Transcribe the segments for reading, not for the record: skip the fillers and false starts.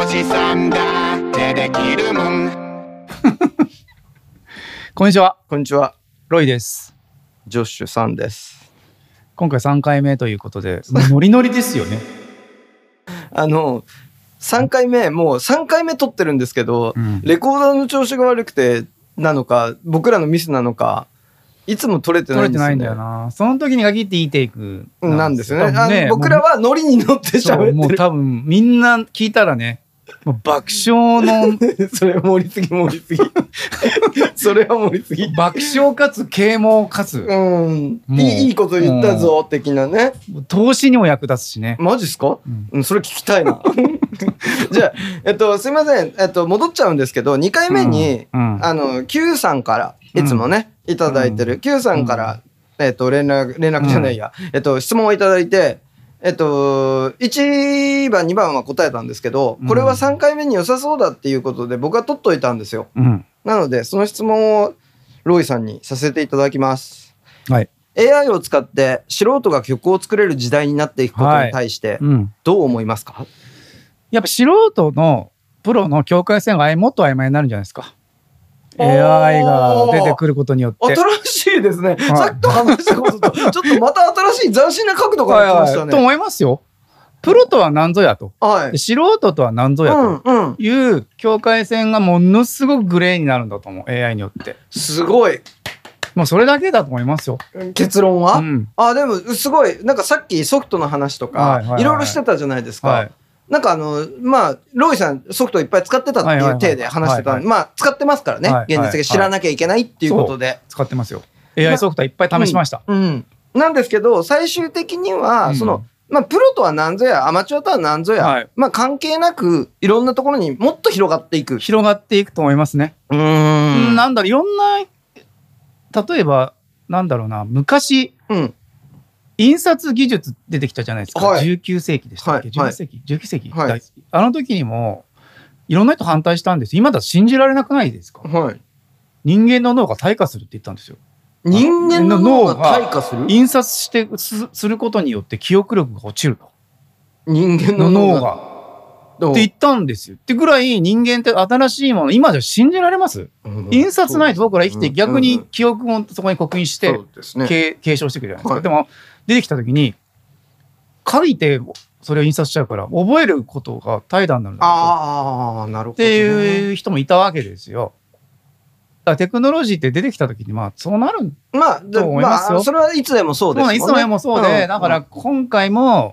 じさんだってできるもん。 こんにちは。 こんにちは。 ロイです。 ジョッシュさんです。 今回3回目ということで、ノリノリですよね。 3回目、もう3回目撮ってるんですけど、レコーダーの調子が悪くてなのか、僕らのミスなのか、いつも撮れてないんですよね。 撮れてないんだよな。その時に限っていいテイクなんですよね。僕らはノリに乗って喋ってる。 もう多分みんな聞いたらね、もう爆笑のそれ盛りすぎ盛りすぎそれは盛りすぎ、 爆笑かつ啓蒙かつ、 いいこと言ったぞ的なね。 投資にも役立つしね。 マジっすか？それ聞きたいなじゃあ、すいません、戻っちゃうんですけど、2回目に、Q さんからいつもね、いただいてる Q さんから、連絡じゃないや、質問をいただいて、1番2番は答えたんですけど、これは3回目に良さそうだっていうことで僕は取っといたんですよ。なのでその質問をロイさんにさせていただきます。 はい。 AI を使って素人が曲を作れる時代になっていくことに対してどう思いますか？ やっぱ素人のプロの境界線がもっと曖昧になるんじゃないですか。AI が出てくることによって。 新しいですね。さっきと話したこととちょっとまた新しい斬新な角度から来ましたね。 と思いますよ。プロとは何ぞやと、素人とは何ぞやという境界線がものすごくグレーになるんだと思う。 AI によってすごい。 もうそれだけだと思いますよ、 結論は。でもすごい、なんかさっきソフトの話とかいろいろしてたじゃないですか。なんかロイさんソフトいっぱい使ってたっていう体で話してた。使ってますからね、現実的に知らなきゃいけないっていうことで使ってますよ。 AI ソフトはいっぱい試しました。 なんですけど最終的にはそのプロとは何ぞやアマチュアとは何ぞや、関係なくいろんなところにもっと広がっていくと思いますね。なんだろう、いろんな、例えばなんだろうな、昔、印刷技術出てきたじゃないですか。19世紀でしたっけ、19世紀、19世紀、あの時にもいろんな人反対したんです。今だと信じられなくないですか？人間の脳が退化するって言ったんですよ。 人間の脳が退化する？ 印刷してすることによって記憶力が落ちると。 人間の脳がって言ったんですよ。ってぐらい人間って新しいもの、今じゃ信じられます？印刷ないと僕ら生きて逆に記憶もそこに刻印して継承していくじゃないですか。でも出てきた時に書いてそれを印刷しちゃうから覚えることが怠惰になるんだとっていう人もいたわけですよ。テクノロジーって出てきた時にそうなると思いますよ。 それはいつでもそうですもんね。 いつでもそうで、だから今回も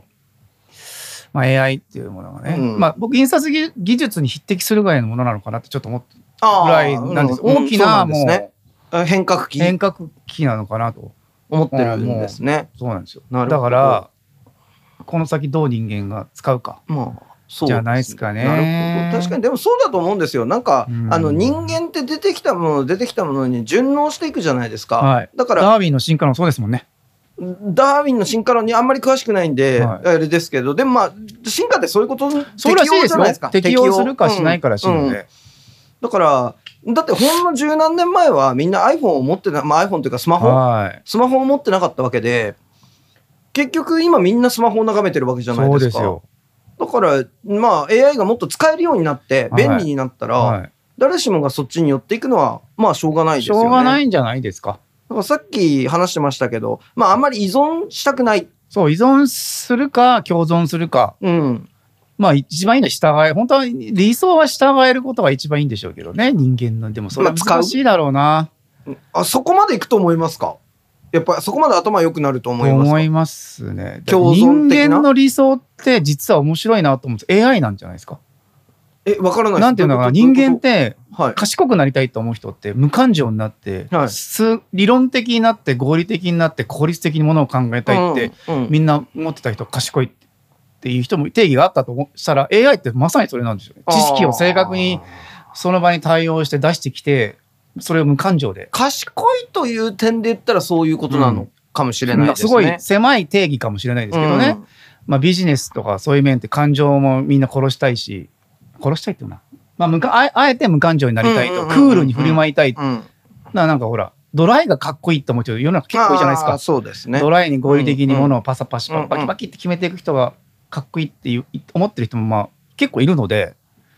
AI っていうものがね、僕印刷技術に匹敵するぐらいのものなのかなってちょっと思ってぐらいなんです。大きなもう変革期なのかなと思ってるんですね。 そうなんですよ。だからこの先どう人間が使うかじゃないですかね。 なるほど。確かにでもそうだと思うんですよ。なんか人間って出てきたものに順応していくじゃないですか。だからダーウィンの進化論そうですもんね。 ダーウィンの進化論にあんまり詳しくないんであれですけど、でも進化ってそういうことそうらしいですよ。適応するかしないからしいので。 だからだってほんの十何年前はみんな iPhone を持ってiPhone というかスマホを持ってなかったわけで、結局今みんなスマホを眺めてるわけじゃないですか。だからAI がもっと使えるようになって便利になったら、誰しもがそっちに寄っていくのはしょうがないですよね。 しょうがないんじゃないですか。 だからさっき話してましたけど、あんまり依存したくない。 そう、依存するか共存するか。一番いいのは従え。本当は理想は従えることが一番いいんでしょうけどね、人間の。でもそれは難しいだろうな。 そこまでいくと思いますか？やっぱりそこまで頭良くなると思いますか？ 思いますね。人間の理想って実は面白いなと思うんです。AI なんじゃないですか？ わからないです。 なんていうのかな、人間って賢くなりたいと思う人って無感情になって、理論的になって合理的になって効率的にものを考えたいって、みんな思ってた人、賢いっていう人も定義があったとしたら AI ってまさにそれなんですよね。知識を正確にその場に対応して出してきて、それを無感情で。 賢いという点で言ったらそういうことなのかもしれないですね。 すごい狭い定義かもしれないですけどね。ビジネスとかそういう面って感情もみんな殺したいし、殺したいっていうな、あえて無感情になりたいと、クールに振る舞いたい。なんかほらドライがかっこいいって思っちゃう世の中結構いいじゃないですか。 そうですね。 ドライに合理的にものをパサパシパキパキって決めていく人がかっこいいって思ってる人も結構いるので、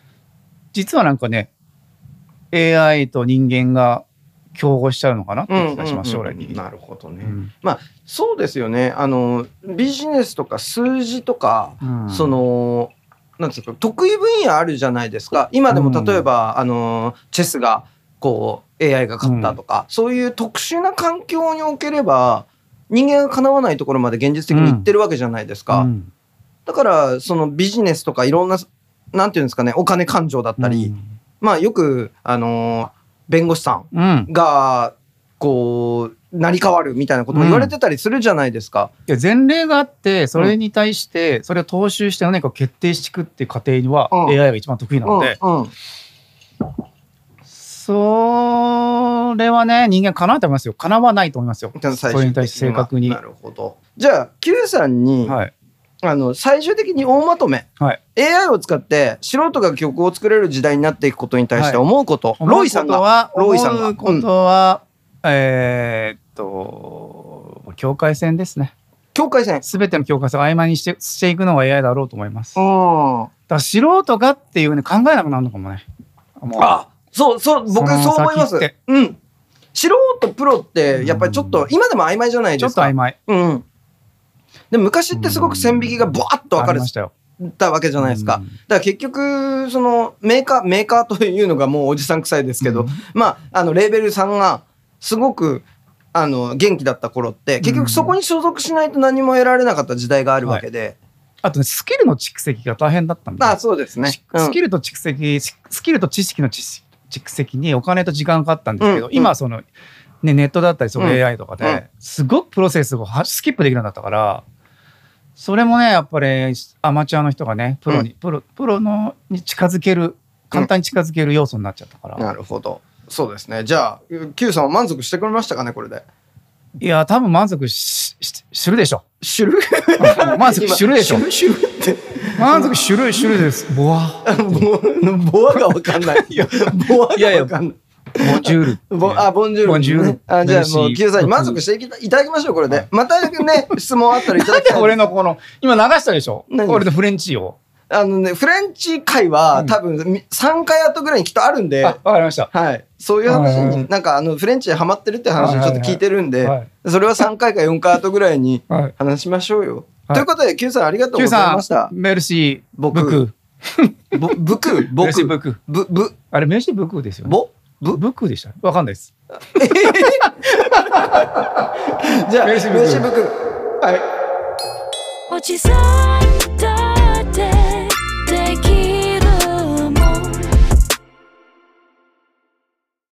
実はなんかね AI と人間が競合しちゃうのかなって気がします、将来に。 なるほどね。まあそうですよね。ビジネスとか数字とか、そのなんですか、得意分野あるじゃないですか。今でも例えば、チェスがこう AI が勝ったとか、そういう特殊な環境におければ人間がかなわないところまで現実的に行ってるわけじゃないですか。だからそのビジネスとかいろんななんていうんですかね、お金勘定だったり、まあよく弁護士さんがこう成り代わるみたいなことも言われてたりするじゃないですか。 いや前例があってそれに対してそれを踏襲して何かを決定していくっていう過程には AI が一番得意なので、それはね人間かなうと思いますよ。かなわないと思いますよ。それに対して正確に。 なるほど。じゃあ Q さんに、最終的に大まとめ、AI を使って素人が曲を作れる時代になっていくことに対して思うこと、ロイさんが思うことは、境界線ですね。 境界線。 すべての境界線を曖昧にしていくのが AI だろうと思います。だから素人がっていうね考えなくなるのかもね。 そう僕そう思います。素人プロってやっぱりちょっと今でも曖昧じゃないですか。 ちょっと曖昧。 で昔ってすごく線引きがブワッと分かれたわけじだから結局そのメーカーというのがもうおじさん臭いですけど、まあレーベルさんがすごく元気だった頃って結局そこに所属しないと何も得られなかった時代があるわけで、 あとねスキルの蓄積が大変だったんで。 そうですね。 スキルと知識の蓄積にお金と時間がかかったんですけど、今そのネットだったりその AI とかですごくプロセスをスキップできるようになったから、それもねやっぱりアマチュアの人がねプロに近づける、簡単に近づける要素になっちゃったから。 なるほど。そうですね。じゃあ Q さんは満足してくれましたかね、これで。 いや多分満足するでしょ。 する満足するでしょ。 するって満足するです。ボワが分かんない。ボワが分かんない。 ボンジュール。 ボンジュール。じゃあもう Q さんに満足していただきましょう、これで。またね質問あったらいただきたい。 俺のこの今流したでしょ。俺のフレンチを。 フレンチ会は多分3回後ぐらいにきっとあるんで、 わかりました。 はい。そういう話になんかフレンチハマってるって話をちょっと聞いてるんで、それは3回か4回後ぐらいに話しましょうよ。ということで Q さんありがとうございました。 メルシーブク。あれメルシーブクですよね。ブクでした。わかんないです。 じゃあメルシーブク。はい。 おじさんだってでき